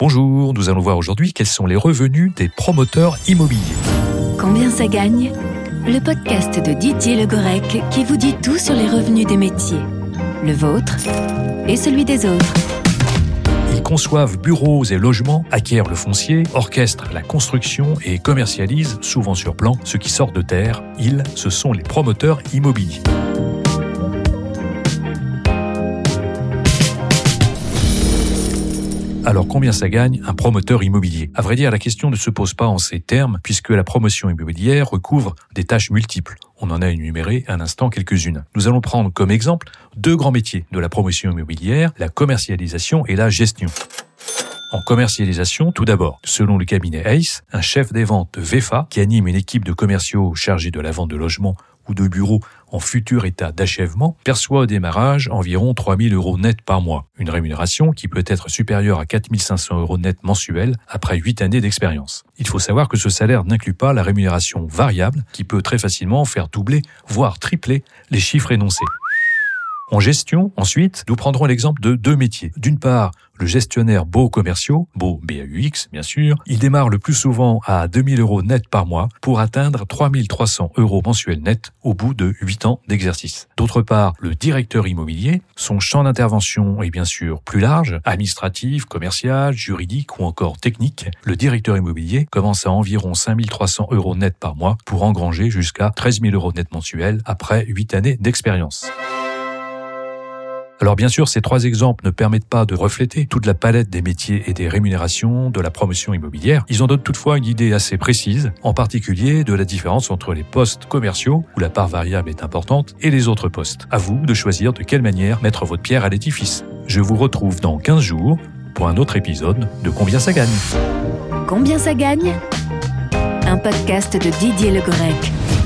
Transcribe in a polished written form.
Bonjour, nous allons voir aujourd'hui quels sont les revenus des promoteurs immobiliers. Combien ça gagne ? Le podcast de Didier Le Gorec qui vous dit tout sur les revenus des métiers, le vôtre et celui des autres. Ils conçoivent bureaux et logements, acquièrent le foncier, orchestrent la construction et commercialisent, souvent sur plan, ce qui sort de terre. Ce sont les promoteurs immobiliers. Alors combien ça gagne un promoteur immobilier ? À vrai dire, la question ne se pose pas en ces termes puisque la promotion immobilière recouvre des tâches multiples. On en a énuméré un instant quelques-unes. Nous allons prendre comme exemple deux grands métiers de la promotion immobilière, la commercialisation et la gestion. En commercialisation, tout d'abord, selon le cabinet ACE, un chef des ventes de VEFA qui anime une équipe de commerciaux chargés de la vente de logements ou de bureaux en futur état d'achèvement, perçoit au démarrage environ 3 000 € net par mois. Une rémunération qui peut être supérieure à 4 500 € net mensuels après 8 années d'expérience. Il faut savoir que ce salaire n'inclut pas la rémunération variable qui peut très facilement faire doubler, voire tripler les chiffres énoncés. En gestion, ensuite, nous prendrons l'exemple de deux métiers. D'une part, le gestionnaire baux commerciaux, baux BAUX bien sûr, il démarre le plus souvent à 2 000 € net par mois pour atteindre 3 300 € mensuels net au bout de 8 ans d'exercice. D'autre part, le directeur immobilier, son champ d'intervention est bien sûr plus large, administratif, commercial, juridique ou encore technique. Le directeur immobilier commence à environ 5 300 € net par mois pour engranger jusqu'à 13 000 € net mensuels après 8 années d'expérience. Alors bien sûr, ces trois exemples ne permettent pas de refléter toute la palette des métiers et des rémunérations de la promotion immobilière. Ils en donnent toutefois une idée assez précise, en particulier de la différence entre les postes commerciaux, où la part variable est importante, et les autres postes. À vous de choisir de quelle manière mettre votre pierre à l'édifice. Je vous retrouve dans 15 jours pour un autre épisode de Combien ça gagne ? Combien ça gagne ? Un podcast de Didier Le Gorec.